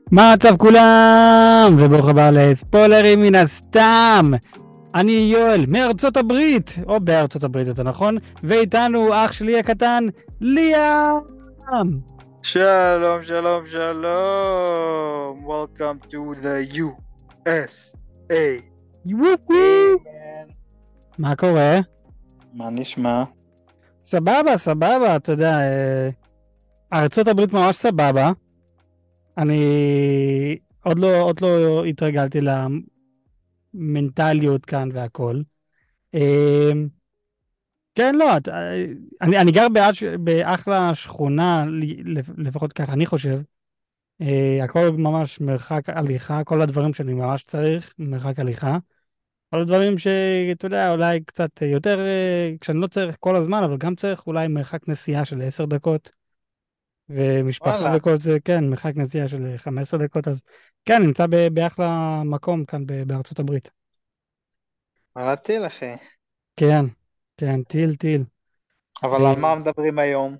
מה המצב כולם? וברוך הבא לספוילרים מן הסתם. אני יואל מארצות הברית, או בארצות הברית יותר נכון, ואיתנו אח שלי הקטן, ליאם. Shalom, shalom, shalom. Welcome to the USA. וואו. Hey man. מה קורה? מה נשמע? סבבה, סבבה, אתה יודע, ארצות הברית ממש סבבה. אני עוד לא התרגלתי למנטליות כאן והכל. אה, כן, לא, אני גר באחלה שכונה, לפחות ככה אני חושב. הכל ממש מרחק הליכה, כל הדברים שאני ממש צריך, מרחק הליכה. כל הדברים שאתה יודע, אולי קצת יותר, כשאני לא צריך כל הזמן, אבל גם צריך אולי מרחק נסיעה של 10 דקות, ומשפחה וואלה, וכל זה, כן, מרחק נסיעה של 15 דקות, אז כן, נמצא באחלה מקום כאן בארצות הברית. אמרתי לכם. כן, כן, טיל. אבל על מה מדברים היום?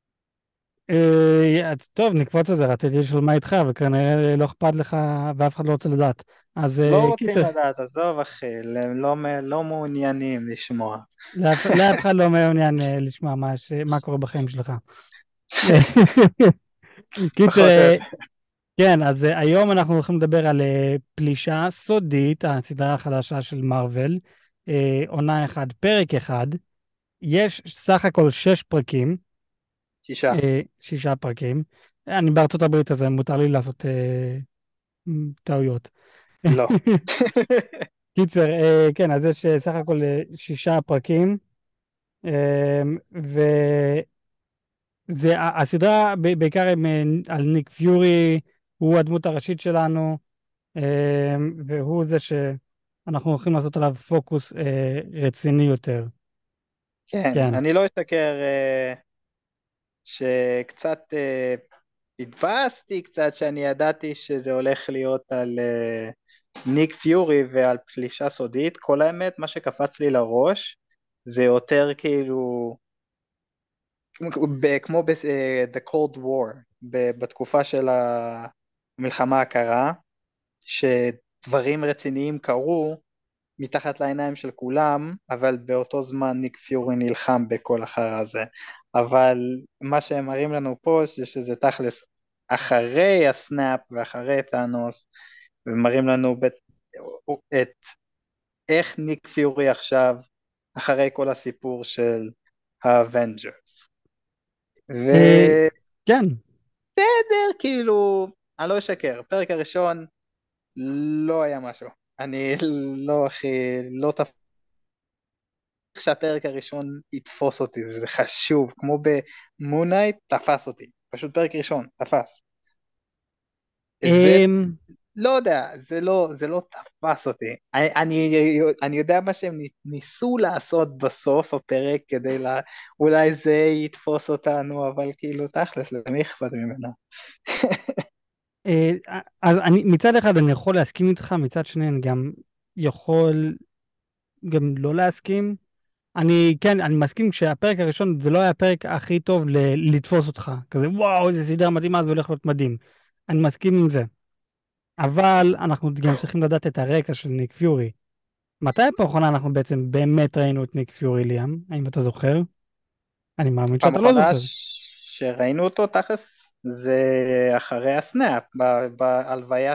טוב, נקפוץ על זה, רציתי לשאול מה איתך, וכנראה לא אכפת לך ואף אחד לא רוצה לדעת. אז לא קיצר, רוצים לדעת, עזוב אחי, הם לא מעוניינים לשמוע. לאף אחד לא מעוניין לשמוע מה קורה בחיים שלך. קיצר, פחות או יותר. כן, אז היום אנחנו הולכים לדבר על פלישה סודית, הסדרה החדשה של מארוול, עונה 1, פרק 1, יש סך הכל 6 פרקים, שישה. 6 פרקים. אני בארצות הברית, אז מותר לי לעשות טעויות. לא. קיצר, כן, אז יש סך הכל 6 פרקים, והסדרה בעיקר על ניק פיורי, הוא הדמות הראשית שלנו, והוא זה שאנחנו הולכים לעשות עליו פוקוס רציני יותר. כן, כן. אני לא אשקר שקצת התבאסתי קצת שאני ידעתי שזה הולך להיות על ניק פיורי ועל פלישה סודית. כל האמת, מה שקפץ לי לראש זה יותר כאילו כמו ב-The Cold War, בתקופה של המלחמה הקרה, שדברים רציניים קרו מתחת לעיניים של כולם, אבל באותו זמן ניק פיורי נלחם בכל החרא הזה. אבל מה שהם מראים לנו פה זה שזה תכלס אחרי הסנאפ ואחרי טאנוס, ומראים לנו את איך ניק פיורי עכשיו אחרי כל הסיפור של האבנג'רס. אה, ובסדר, כן. כאילו, אני לא אשקר, הפרק הראשון לא היה משהו. אני לא הכי, לא שהפרק הראשון יתפוס אותי, זה חשוב, כמו במונייט תפס אותי, פשוט פרק ראשון, תפס. זה, אמ, לא יודע, זה לא תפס אותי. אני יודע מה שהם ניסו לעשות בסוף הפרק כדי אולי זה יתפוס אותנו, אבל כאילו תכלס, למי אכפת ממנו? אז מצד אחד אני יכול להסכים איתך, מצד שני אני גם יכול גם לא להסכים. אני מסכים שהפרק הראשון זה לא היה הפרק הכי טוב לתפוס אותך. כזה, וואו, איזה סדרה מדהימה, זה הולך להיות מדהים. אני מסכים עם זה. אבל אנחנו גם צריכים לדעת את הרקע של ניק פיורי. מתי הפעם האחרונה אנחנו בעצם באמת ראינו את ניק פיורי, ליאם? האם אתה זוכר? אני מאמין פעם שאתה לא אחרונה זוכר. שראינו אותו תכלס זה אחרי הסנאפ, בהלוויה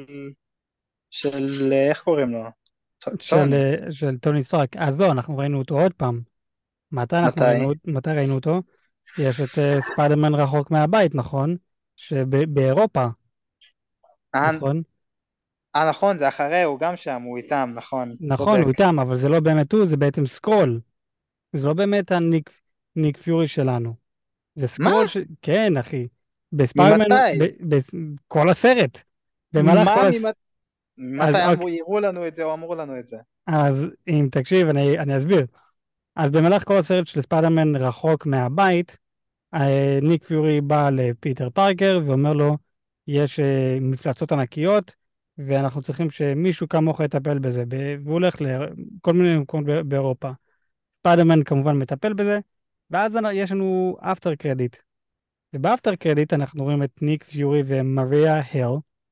של איך קוראים לו? טוני. של טוני סטארק. אז לא, אנחנו ראינו אותו עוד פעם. מתי? מתי ראינו אותו? יש את ספיידרמן רחוק מהבית, נכון? שבאירופה, אה, נכון? נכון, זה אחרי, הוא גם שם, הוא איתם, נכון, נכון, הוא צודק. איתם, אבל זה לא באמת הוא, זה בעצם סקרול. זה לא באמת ניק פיורי שלנו. זה מה? סקרול כן, אחי. בספיידרמן, ממתי? כל הסרט. במהלך כל ממתי אז אוקיי, יראו לנו את זה או אמרו לנו את זה? אז אם תקשיב, אני אסביר. אז במהלך כל הסרט של ספיידרמן רחוק מהבית, ניק פיורי בא לפיטר פארקר ואומר לו, יש מפלצות ענקיות, ואנחנו צריכים שמישהו כמוך יטפל בזה, והוא הולך לכל מיני מקומות באירופה. ספיידרמן כמובן מטפל בזה, ואז יש לנו אפטר קרדיט. ובאפטר קרדיט אנחנו רואים את ניק פיורי ומריה היל,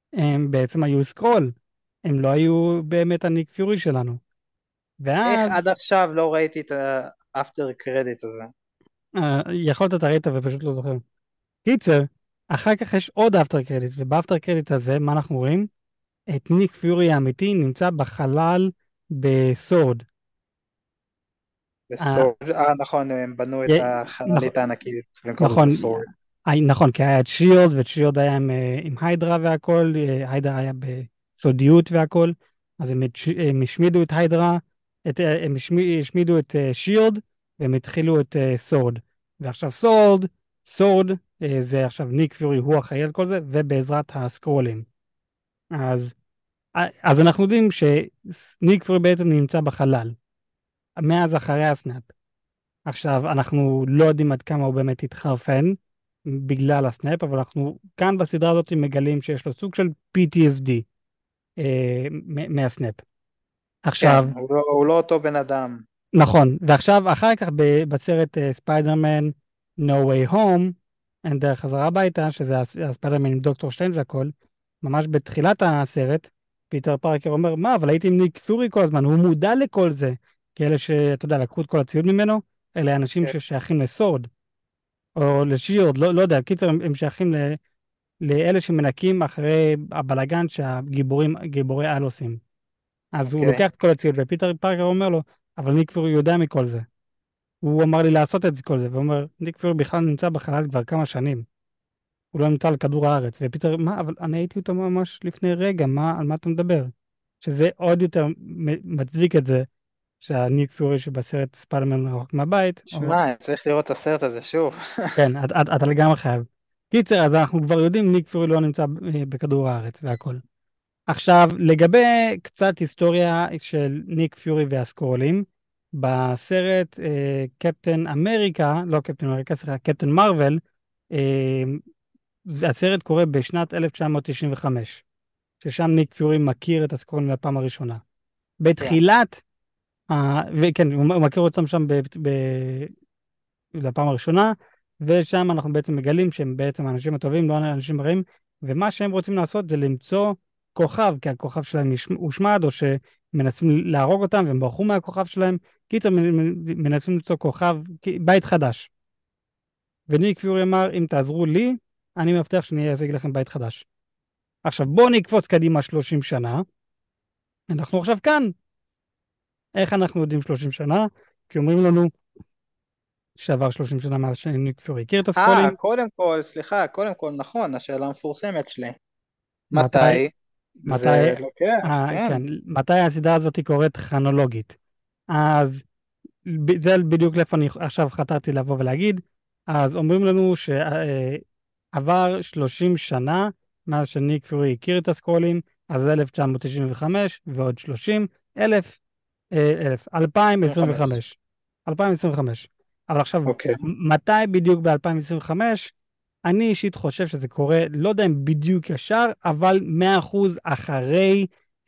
הם בעצם היו סקרול, הם לא היו באמת הניק פיורי שלנו. איך ואז, עד עכשיו לא ראיתי את האפטר קרדיט הזה? יכולת אתה ראית ופשוט לא זוכר. קיצר, אחר כך יש עוד אפטר קרדיט, ובאפטר קרדיט הזה, מה אנחנו רואים? את ניק פיורי האמיתי נמצא בחלל בסורד. אה, בסורד, נכון, הם בנו את נכון, החללית הענקית, והם קראו לזה נכון, סורד. נכון, כי היה את שילד, ואת שילד היה עם היידרה והכל, היידרה היה בסודיות והכל, אז הם השמידו את היידרה, הם השמידו את שילד, והם התחילו את סורד. ועכשיו סורד, זה עכשיו ניק פיורי, הוא אחראי על כל זה, ובעזרת הסקרולים. אז, אז אנחנו יודעים שניק פיורי בעצם נמצא בחלל, מאז אחרי הסנאפ. עכשיו, אנחנו לא יודעים עד כמה הוא באמת התחרפן בגלל הסנאפ, אבל אנחנו כאן בסדרה הזאת מגלים שיש לו סוג של PTSD מהסנאפ. כן, עכשיו, הוא לא אותו בן אדם. נכון, ועכשיו, אחר כך בסרט ספיידרמן No Way Home, אין דרך חזרה הביתה, שזה הספיידרמן עם דוקטור שטיין והכל, ממש בתחילת הסרט, פיטר פארקר אומר, מה, אבל הייתי עם ניק פיורי כל הזמן, הוא מודע לכל זה. כי אלה שאתה יודע, לקחו את כל הציוד ממנו, אלה אנשים כן. ששייכים לסורד. או לשיורד, לא יודע, קיצר הם שייכים לאלה שמנקים אחרי הבלגן גיבורי על עושים. אז הוא אוקיי. לוקח את כל הציוד, ופיטר פארקר אומר לו, אבל ניק פיורי יודע מכל זה. הוא אמר לי לעשות את כל זה, והוא אומר, ניק פיורי בכלל נמצא בחלל כבר כמה שנים. הוא לא נמצא על כדור הארץ. ופיטר, מה, אבל אני הייתי איתו ממש לפני רגע, על מה אתה מדבר? שזה עוד יותר מצדיק את זה, שהניק פיורי שבסרט ספיידרמן רחוק מהבית, שמע, אני צריך לראות את הסרט הזה שוב. כן, אתה לגמרי חייב. קיצר, אז אנחנו כבר יודעים, ניק פיורי לא נמצא בכדור הארץ והכל. עכשיו, לגבי קצת היסטוריה של ניק פיורי והסקרולים, בסרט קפטן אמריקה, לא קפטן אמריקה, סליחה, קפטן מרוויל, אה, הסרט קורה בשנת 1995, ששם ניק פיורי מכיר את הסקרולים לפעם הראשונה. כן. בתחילת, וכן, הוא מכיר אותם שם לפעם הראשונה, ושם אנחנו בעצם מגלים שהם בעצם האנשים הטובים, לא האנשים הרעים, ומה שהם רוצים לעשות זה למצוא כוכב, כי הכוכב שלהם הושמד, או שמנסים להרוג אותם, והם ברחו מהכוכב שלהם. קיצר, מנסים למצוא כוכב, בית חדש. וניק פיורי אמר, אם תעזרו לי, אני מבטיח שאני אשיג לכם בית חדש. עכשיו, בואו נקפוץ קדימה 30 שנה, אנחנו עכשיו כאן. איך אנחנו יודעים 30 שנה? כי אומרים לנו שעבר 30 שנה מאז שניק פיורי הכיר את הסקרולים. קודם כל, סליחה, קודם כל, נכון, השאלה המפורסמת שלי. מתי, מתי? מתי, זה לוקח, כן. כן, מתי הסדרה הזאת קורית כרונולוגית. אז זה בדיוק לאיפה אני עכשיו חתרתי לבוא ולהגיד. אז אומרים לנו שעבר 30 שנה מאז שניק פיורי הכיר את הסקרולים, אז 1995 ועוד 30, 25. 2025. 2025. אבל עכשיו, אוקיי. מתי בדיוק ב-2025? אני אישית חושב שזה קורה, לא יודע אם בדיוק ישר, אבל 100% אחרי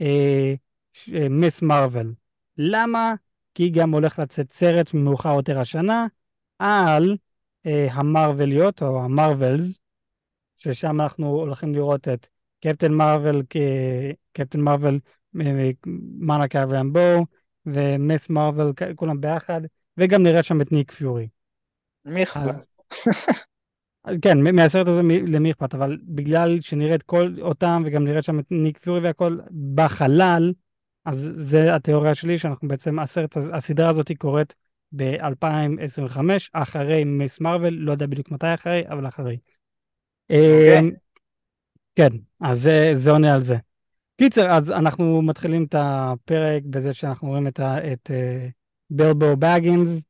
מס מרוויל. למה? כי גם הולך לצאת סרט מאוחר יותר השנה על המרווליות או המרוולס, ששם אנחנו הולכים לראות את קפטן מרוול, קפטן מרוול, מונקה רמבו, ומס מרוול, כולם ביחד, וגם נראה שם את ניק פיורי. מי אז אכפת? כן, מהסרט הזה למי אכפת, אבל בגלל שנראית כל אותם, וגם נראית שם את ניק פיורי והכל בחלל, אז זה התיאוריה שלי, שאנחנו בעצם, הסדרה הזאת היא קורית ב-2025, אחרי מיס מרוויל, לא יודע בדיוק מתי אחרי, אבל אחרי. אוקיי. כן, אז זה עונה על זה. קיצר, אז אנחנו מתחילים את הפרק בזה שאנחנו רואים את בילבו בגינס,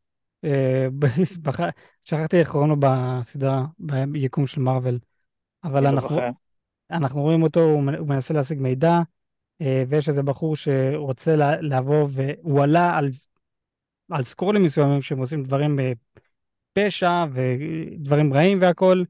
שכחתי איך קוראים לו בסדרה, ביקום של מארוול, אבל אני לא זוכר. אנחנו רואים אותו, הוא מנסה להשיג מידע, ויש איזה בחור שרוצה לבוא, והוא עלה על סקרולים מסוימים שהם עושים דברים פשע ודברים רעים והכל,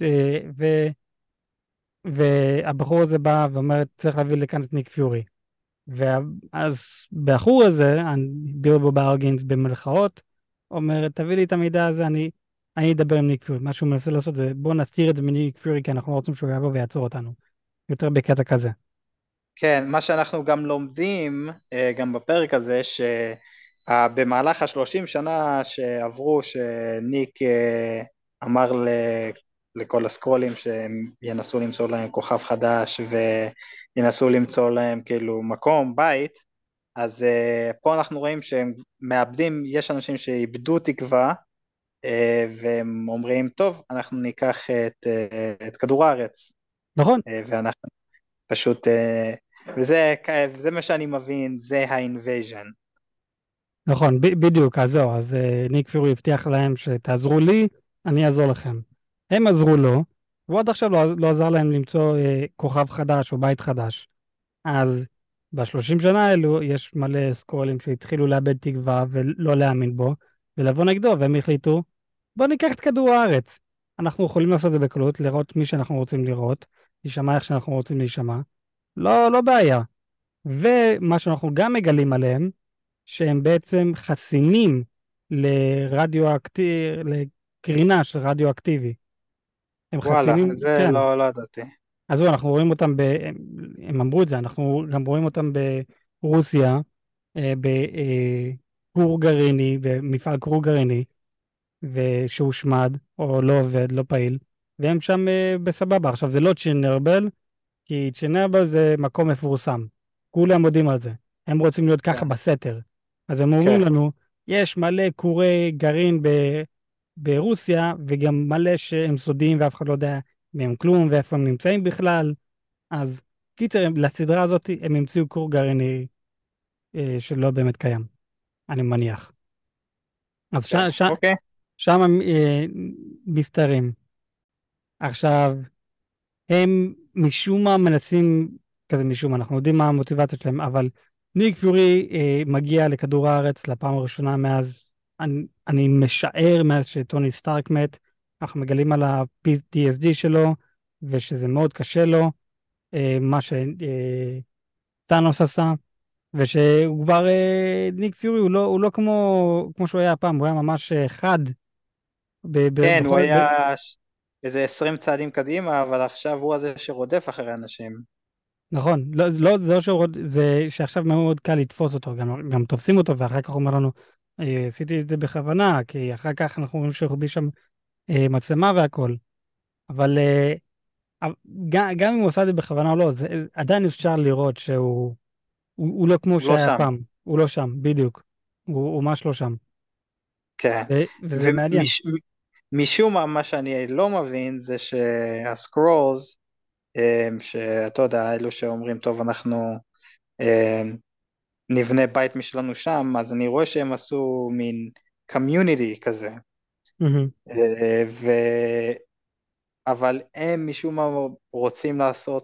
והבחור הזה בא ואומר, צריך להביא לכאן את ניק פיורי. ואז בחור הזה, בילבו בארגינס במלכאות, אומר, תביא לי את המידע הזה, אני אדבר עם ניק פיורי. מה שהוא מנסה לעשות זה, בוא נסתיר את זה מניק פיורי, כי אנחנו לא רוצים שהוא יבוא ויעצור אותנו. יותר בקטע כזה. כן, מה שאנחנו גם לומדים, גם בפרק הזה, שבמהלך השלושים שנה שעברו, שניק אמר לכל הסקרולים שהם ינסו למצוא להם כוכב חדש וינסו למצוא להם כאילו מקום, בית, אז פה אנחנו רואים שהם מאבדים, יש אנשים שאיבדו תקווה, והם אומרים, טוב, אנחנו ניקח את כדור הארץ, נכון? ואנחנו פשוט, וזה מה שאני מבין, זה האינבייז'ן. נכון, בדיוק, אז זהו, אז ניק פיורי הבטיח להם שתעזרו לי, אני אעזור לכם. הם עזרו לו, והוא עד עכשיו לא עזר להם למצוא כוכב חדש או בית חדש. אז בשלושים שנה האלו יש מלא סקרולים שהתחילו לאבד תקווה ולא להאמין בו, ולבוא נגדו, והם החליטו, בוא ניקח את כדור הארץ. אנחנו יכולים לעשות את זה בקלות, לראות מי שאנחנו רוצים לראות, להישמע איך שאנחנו רוצים להישמע, לא בעיה. ומה שאנחנו גם מגלים עליהם, שהם בעצם חסינים לקרינה של רדיואקטיבי. הם וואלה, חסינים, זה כן. לא ידעתי. אז זהו, אנחנו רואים אותם הם אמרו את זה, אנחנו גם רואים אותם ברוסיה, בכור גרעיני, במפעל כור גרעיני, ושהושמד, או לא עובד, לא פעיל, והם שם בסבבה. עכשיו, זה לא צ'רנוביל, כי צ'רנוביל זה מקום מפורסם. כולם יודעים על זה. הם רוצים להיות ככה כן, בסתר. אז הם אומרים כן, לנו, יש מלא כורי גרעין ברוסיה, וגם מלא שהם סודיים ואף אחד לא יודע מהם כלום, ואיפה הם נמצאים בכלל. אז קיצר, לסדרה הזאת הם המציאו כור גרעיני שלא באמת קיים, אני מניח. אז כן, אוקיי. שם הם מסתרים. עכשיו, הם משום מה מנסים, כזה משום מה, אנחנו יודעים מה המוטיבציה שלהם, אבל ניק פיורי מגיע לכדור הארץ לפעם הראשונה מאז, אני משער מאז שטוני סטארק מת, אנחנו מגלים על ה-PTSD שלו, ושזה מאוד קשה לו, מה שטאנוס עשה, ושהוא כבר, ניק פיורי הוא לא כמו שהוא היה פעם, הוא היה ממש חד כן, הוא בכל, היה איזה 20 צעדים קדימה, אבל עכשיו הוא הזה שרודף אחרי אנשים. נכון, זה לא זה שעכשיו מאוד קל לתפוס אותו, גם תופסים אותו ואחר כך הוא אומר לנו, עשיתי את זה בכוונה, כי אחר כך אנחנו רואים שהרבי שם מצלמה והכל, אבל אבל גם אם הוא עשה את זה בכוונה או לא, עדיין אפשר לראות הוא לא כמו הוא לא שהיה שם. פעם, הוא לא שם, בדיוק, הוא ממש לא שם, כן. וזה מעניין. ומשום מה שאני לא מבין זה שהסקרולס, שאתה יודע, אלו שאומרים, טוב, אנחנו אמ, נבנה בית משלנו שם, אז אני רואה שהם עשו מין קמיוניטי כזה. מהמם. אה, ו... אבל הם משום מה רוצים לעשות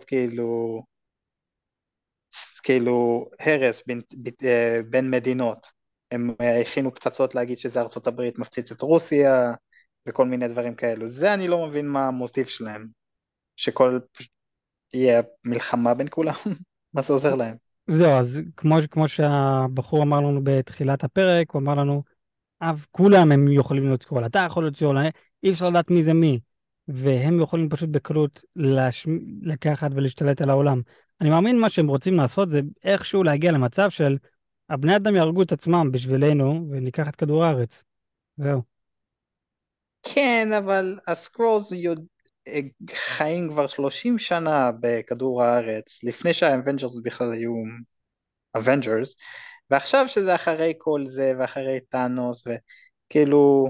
כאילו הרס בין מדינות. הם הכינו פצצות להגיד שזה ארצות הברית מפציץ את רוסיה וכל מיני דברים כאלו. זה אני לא מבין מה המוטיב שלהם, שכל יהיה מלחמה בין כולם, מה זה עוזר להם? זהו, אז כמו שהבחור אמר לנו בתחילת הפרק, הוא אמר לנו, כולם הם יכולים להיות סקרול, אתה יכול להיות סקרול, אי אפשר לדעת מי זה מי, והם יכולים פשוט בקלות לקחת ולהשתלט על העולם. אני מאמין מה שהם רוצים לעשות זה איכשהו להגיע למצב של הבני אדם יהרגו את עצמם בשבילנו וניקח את כדור הארץ. זהו. כן, אבל הסקרולס חיים כבר 30 שנה בכדור הארץ, לפני שהאבנג'רס בכלל היו אבנג'רס, ועכשיו שזה אחרי כל זה ואחרי טאנוס וכאילו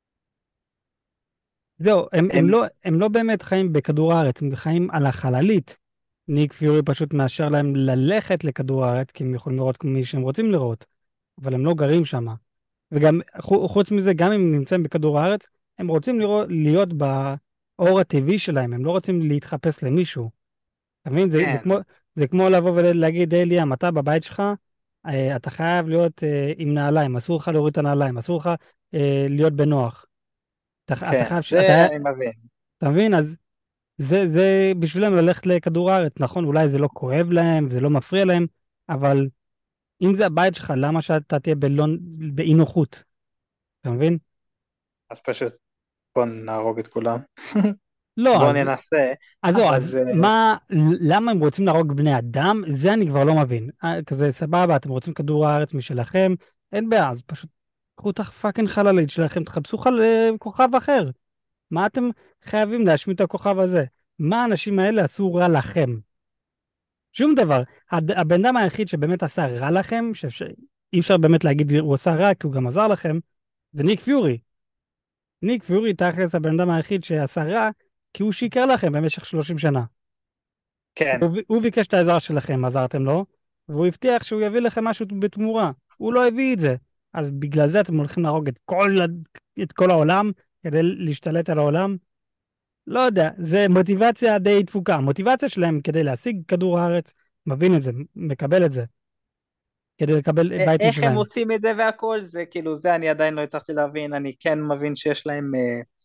זהו, הם הם לא באמת חיים בכדור הארץ, הם חיים על החללית. ניק פיורי פשוט מאשר להם ללכת לכדור הארץ, כי הם יכולים לראות כמו מי שהם רוצים לראות, אבל הם לא גרים שם. וגם חוץ מזה, גם אם הם נמצאים בכדור הארץ, הם רוצים להיות באור הטבעי שלהם, הם לא רוצים להתחפש למישהו. אתה מבין? כן, זה כמו לבוא ולהגיד, היי ליאם, אתה בבית שלך, אתה חייב להיות עם נעליים, אסור לך להוריד את הנעליים, אסור לך להיות בנוח. אתה כן, חייב, זה אני מבין. אתה מבין? אז זה בשבילם ללכת לכדור הארץ, נכון? אולי זה לא כואב להם, זה לא מפריע להם, אבל אם זה הבית שלך, למה שאתה תהיה באי נוחות? אתה מבין? אז פשוט בוא נהרוג את כולם. לא, בואו אז ננסה, אז זהו, אבל אז זה... מה, למה הם רוצים להרוג בני אדם? זה אני כבר לא מבין. כזה סבבה, אתם רוצים כדור הארץ משלכם, אין בעיה, אז פשוט קחו את הפאקינג חללית שלכם, תחפשו כוכב אחר. מה אתם חייבים להשמיד את הכוכב הזה? מה האנשים האלה עשו רע לכם? שום דבר. הבן אדם היחיד שבאמת עשה רע לכם, שאי אפשר באמת להגיד הוא עשה רע כי הוא גם עזר לכם, זה ניק פיורי. ניק פיורי תכלס הבן אדם היחיד שעשה רע, כי הוא שיקר לכם במשך 30 שנה. כן, הוא ביקש את העזרה שלכם, עזרתם לו, והוא הבטיח שהוא יביא לכם משהו בתמורה. הוא לא הביא את זה. אז בגלל זה אתם הולכים להרוג את כל העולם כדי להשתלט על העולם? לא יודע, זה מוטיבציה די דפוקה. המוטיבציה שלהם כדי להשיג כדור הארץ, מבין את זה, מקבל את זה, כדי לקבל בית איך הם משלהם. עושים את זה והכל, זה כאילו, זה אני עדיין לא הצלחתי להבין, אני כן מבין שיש להם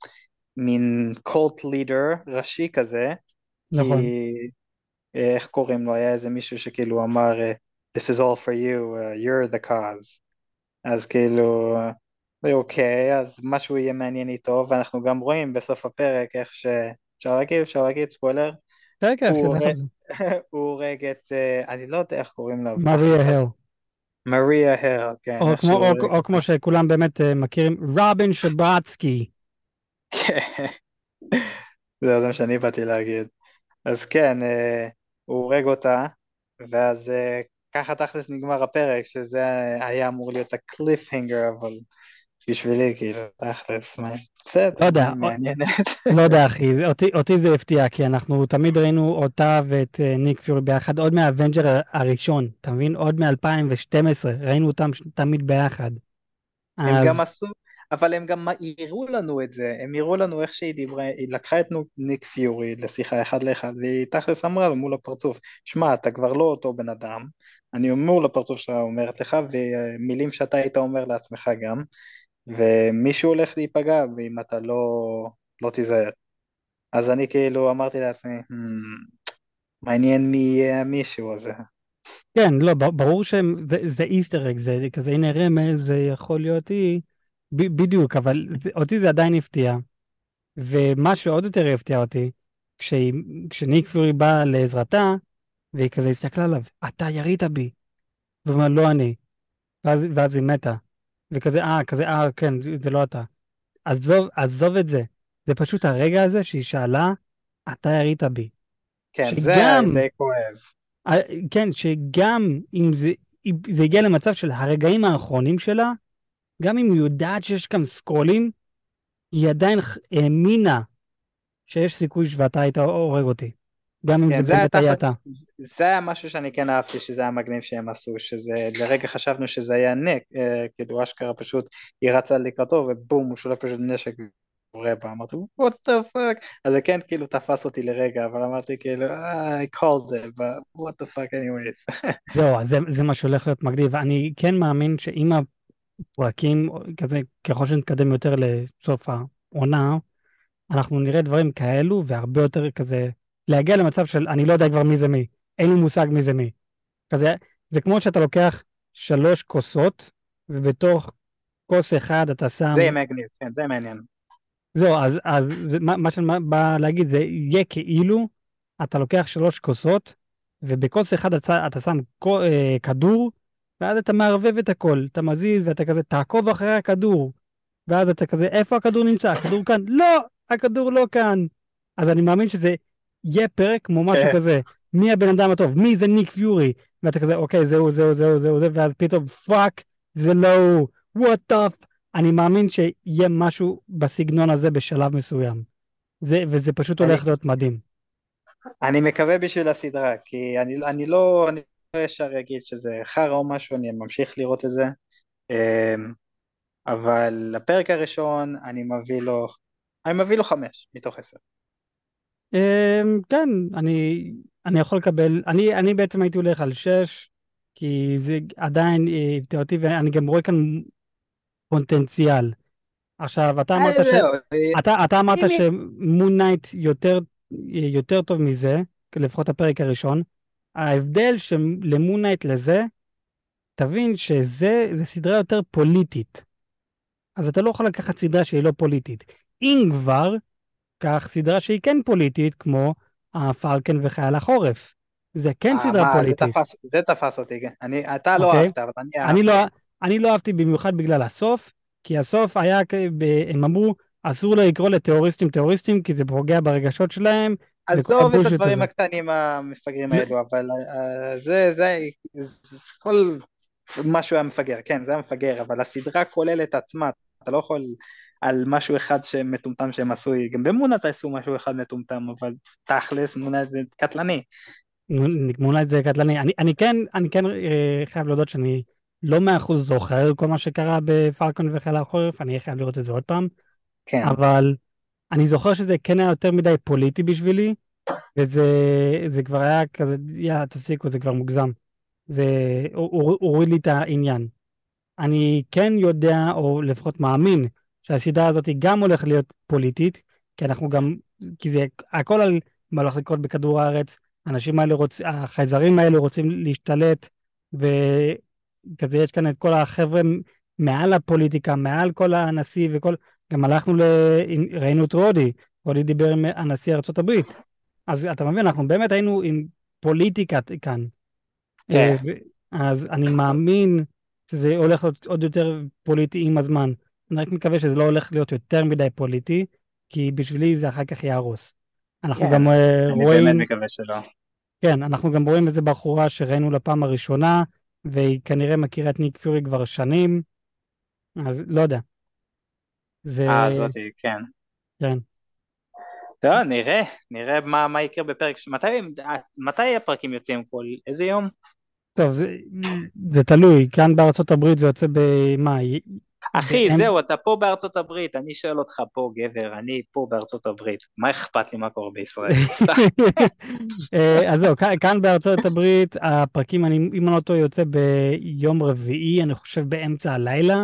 מין קולט לידר ראשי כזה, כי נכון. איך קוראים לו, היה איזה מישהו שכאילו אמר, This is all for you, you're the cause, אז כאילו, אוקיי, אז משהו יהיה מעניין איתו, ואנחנו גם רואים בסוף הפרק איך ש... אפשר להגיד, ספוילר, כן, כן, הוא לך הורג, על זה. הוא הורג את, אני לא יודע איך קוראים לה, מריה הבטחת, הל. מריה הר, כן, איך שהוא הורג או אותה. כמו שכולם באמת מכירים, רובין שברצקי. כן, זה מה שאני באתי להגיד. אז כן, הוא הורג אותה, ואז ככה תכלס נגמר הפרק, שזה היה אמור להיות הקליפהנגר, אבל בשבילי, כאילו, תכלס, בסדר, לא יודע, מעניינת. לא יודע, אחי, אותי זה הפתיע, כי אנחנו תמיד ראינו אותה ואת ניק פיורי ביחד, עוד מהאבנג'ר הראשון, אתה מבין? עוד מ-2012, ראינו אותם תמיד ביחד. הם אז גם עשו, אבל הם גם הראו לנו את זה, הם הראו לנו איך שהיא דיברה, היא לקחה את ניק פיורי לשיחה אחד לאחד, והיא תכלס אמרה לו מול הפרצוף, שמע, אתה כבר לא אותו בן אדם, אני מול הפרצוף שלה אומרת לך, ומילים שאתה היית אומר לעצמך גם, ומישהו הולך להיפגע, ואם אתה לא תיזהר. אז אני כאילו אמרתי לעצמי, מעניין מי יהיה המישהו הזה. כן, לא, ברור שזה איסטר אג, זה כזה, הנה רמז, זה יכול להיות היא, בדיוק, אבל אותי זה עדיין הפתיע, ומה שעוד יותר הפתיע אותי, כשניק פיורי בא לעזרתה, והיא כזה הסתכלה עליו, אתה ירית בי, והוא אומר, לא אני, ואז היא מתה. וכזה, כן, זה לא אתה. עזוב את זה. זה פשוט הרגע הזה שהיא שאלה, אתה ירית בי. כן, זה היה שגם, די כואב. אה, כן, שגם אם זה הגיע למצב של הרגעים האחרונים שלה, גם אם היא יודעת שיש כאן סקרולים, היא עדיין האמינה שיש סיכוי שאתה היית הורג אותי. גם אם זה כן, זה היה באמת היה תכל'ס, אתה. זה היה משהו שאני כן אהבתי, שזה היה מגניב שהם עשו, שזה, לרגע חשבנו שזה היה ניק, כאילו אשכרה פשוט, היא רצה לקראתו ובום, הוא שולף פשוט נשק וקורא בה, אמרתי, what the fuck, אז זה כן כאילו תפס אותי לרגע, אבל אמרתי כאילו, I called it, but what the fuck anyways. זהו, אז זה מה שהולך להיות מגניב. אני כן מאמין שאם הפרקים, כזה, ככל שנתקדם יותר לסוף העונה, אנחנו נראה דברים כאלו, והרבה יותר כזה, להגיע למצב של אני לא יודע כבר מי זה מי, אין לי מושג מי זה מי. כזה, זה כמו שאתה לוקח 3 כוסות, ובתוך כוס אחד אתה זה שם, יהיה מגניב, כן, זה מעניין. זהו, אז מה שאני בא להגיד, זה יהיה כאילו, אתה לוקח 3 כוסות, ובכוס אחד אתה שם כדור, ואז אתה מערבב את הכל, אתה מזיז, ואתה כזה, תעקוב אחרי הכדור, ואז אתה כזה, איפה הכדור נמצא? הכדור כאן? לא! הכדור לא כאן. אז אני מאמין שזה יהיה פרק כמו משהו כן, כזה, מי הבן אדם הטוב? מי זה ניק פיורי? ואתה כזה, אוקיי, זהו, ואז פתאום, פאק, זה לא הוא. what the... אני מאמין שיהיה משהו בסגנון הזה בשלב מסוים. וזה פשוט אני, הולך להיות מדהים. אני מקווה בשביל הסדרה, כי אני לא ישר אגיד שזה חרא או משהו, אני ממשיך לראות את זה. אבל לפרק הראשון אני מביא לו 5 מתוך 10. כן, אני יכול לקבל, אני בעצם הייתי הולך על 6, כי זה עדיין הפתיע אותי, ואני גם רואה כאן פוטנציאל. עכשיו, זהו, אתה אמרת אם שמון נייט יותר טוב מזה, לפחות הפרק הראשון. ההבדל למון נייט לזה, תבין זה סדרה יותר פוליטית. אז אתה לא יכול לקחת סדרה שהיא לא פוליטית. אם כבר, כך סדרה שהיא כן פוליטית, כמו הפלקן וחייל החורף. זה כן סדרה מה, פוליטית, זה תפס אותי, כן. אתה לא אוקיי? אהבת, אבל אני אני לא, אהבתי. אני לא אהבתי במיוחד בגלל הסוף, כי הסוף היה, הם אמרו, אסור לקרוא לטרוריסטים טרוריסטים, כי זה פוגע ברגשות שלהם, וכל עזוב את הבולשיט הדברים הזה. הקטנים המפגרים האלו, אבל זה כל משהו היה מפגר, כן, זה היה מפגר, אבל הסדרה כוללת עצמה, אתה לא יכול על משהו אחד שמטומטם שהם עשו, גם במונית עשו משהו אחד מטומטם, אבל תכלס מונית זה קטלני. נגמונה את זה קטלני. אני כן חייב להודות שאני לא 100% זוכר כל מה שקרה בפלקון וחיל החורף, אני חייב לראות את זה עוד פעם, כן, אבל אני זוכר שזה כן היה יותר מדי פוליטי בשבילי, וזה כבר היה כזה, תפסיקו, זה כבר מוגזם. זה הוריד לי את העניין. אני כן יודע, או לפחות מאמין, שהסדרה הזאת גם הולכת להיות פוליטית, כי אנחנו גם, כי זה הכל על מה הולך לקרות בכדור הארץ, החייזרים האלה רוצים להשתלט, וכזה יש כאן את כל החבר'ה מעל הפוליטיקה, מעל כל הנשיא וכל, גם ראינו את רודי דיבר עם הנשיא ארצות הברית, אז אתה מבין, אנחנו באמת היינו עם פוליטיקה כאן. כן, אז אני מאמין שזה הולך להיות עוד יותר פוליטי עם הזמן. אני רק מקווה שזה לא הולך להיות יותר מדי פוליטי, כי בשבילי זה אחר כך יהרוס. אנחנו כן, גם אני באמת רואים, מקווה שלא. כן, אנחנו גם רואים איזה בחורה שראינו לפעם הראשונה, והיא כנראה מכירה את ניק פיורי כבר שנים, אז לא יודע. זה, זאתי, כן. כן. טוב, נראה מה יקרה בפרק, מתי הפרקים יוצאים איזה יום? טוב, זה תלוי, כאן בארצות הברית זה יוצא במה, אחי, זהו, אתה פה בארצות הברית, אני שואל אותך פה, גבר, אני פה בארצות הברית, מה אכפת לי מה קורה בישראל? סתם. אז זהו, כאן בארצות הברית, הפרקים, אם אני לא טועה, יוצא ביום רביעי, אני חושב באמצע הלילה,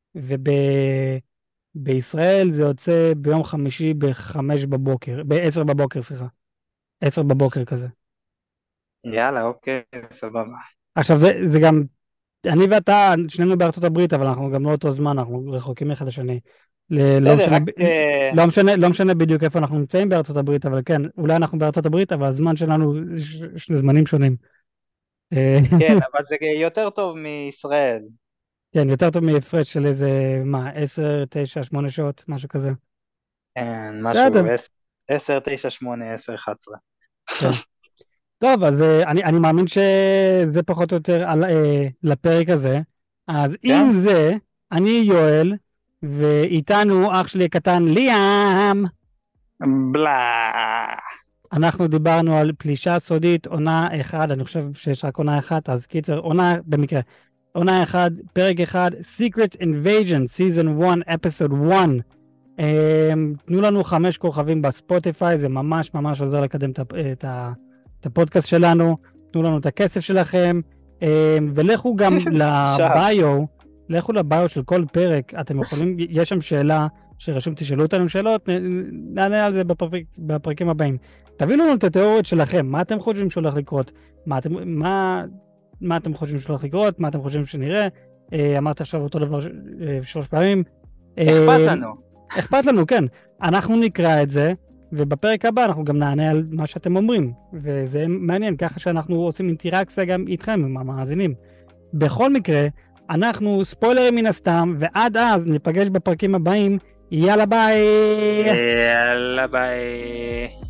ובישראל זה יוצא ביום חמישי ב-10 בבוקר, סליחה. 10 בבוקר כזה. יאללה, אוקיי, סבבה. עכשיו, זה גם, אני ואתה, שנינו בארצות הברית, אבל אנחנו גם לא אותו זמן, אנחנו רחוקים אחד לשני. לא בסדר, משנה, רק... לא משנה בדיוק איפה אנחנו נמצאים בארצות הברית, אבל כן, אולי אנחנו בארצות הברית, אבל הזמן שלנו, יש זמנים שונים. כן, אבל זה יותר טוב מישראל. כן, יותר טוב מהפרש של איזה, 10, 9, 8 שעות, משהו כזה. כן, משהו בסדר, 10, 9, 8, 10, 11. כן. טוב, אז אני מאמין שזה פחות או יותר לפרק הזה. אז כן? עם זה, אני יואל, ואיתנו אח שלי הקטן ליאם. בלה. אנחנו דיברנו על פלישה סודית, עונה 1, אני חושב שיש רק עונה 1, אז קיצר, עונה 1, פרק 1, Secret Invasion, Season 1, Episode 1. תנו לנו 5 כוכבים בספוטיפיי, זה ממש ממש עוזר לקדם את הפודקאסט שלנו, תנו לנו את הכסף שלכם, ולכו גם לביו של כל פרק, אתם יכולים, יש שם שאלה שרשום תשאלו אותנו שאלות, נענה על זה בפרקים הבאים. תביאו לנו את התיאוריות שלכם, מה אתם חושבים שהולך לקרות, מה אתם חושבים שהולך לקרות, מה אתם חושבים שנראה, אמרתי עכשיו אותו דבר 3 פעמים. אכפת לנו. אכפת לנו, כן. אנחנו נקרא את זה, ובפרק הבא אנחנו גם נענה על מה שאתם אומרים, וזה מעניין, ככה שאנחנו עושים אינטראקציה גם איתכם, עם המאזינים. בכל מקרה, אנחנו ספוילרים מן הסתם, ועד אז ניפגש בפרקים הבאים. יאללה ביי! יאללה ביי.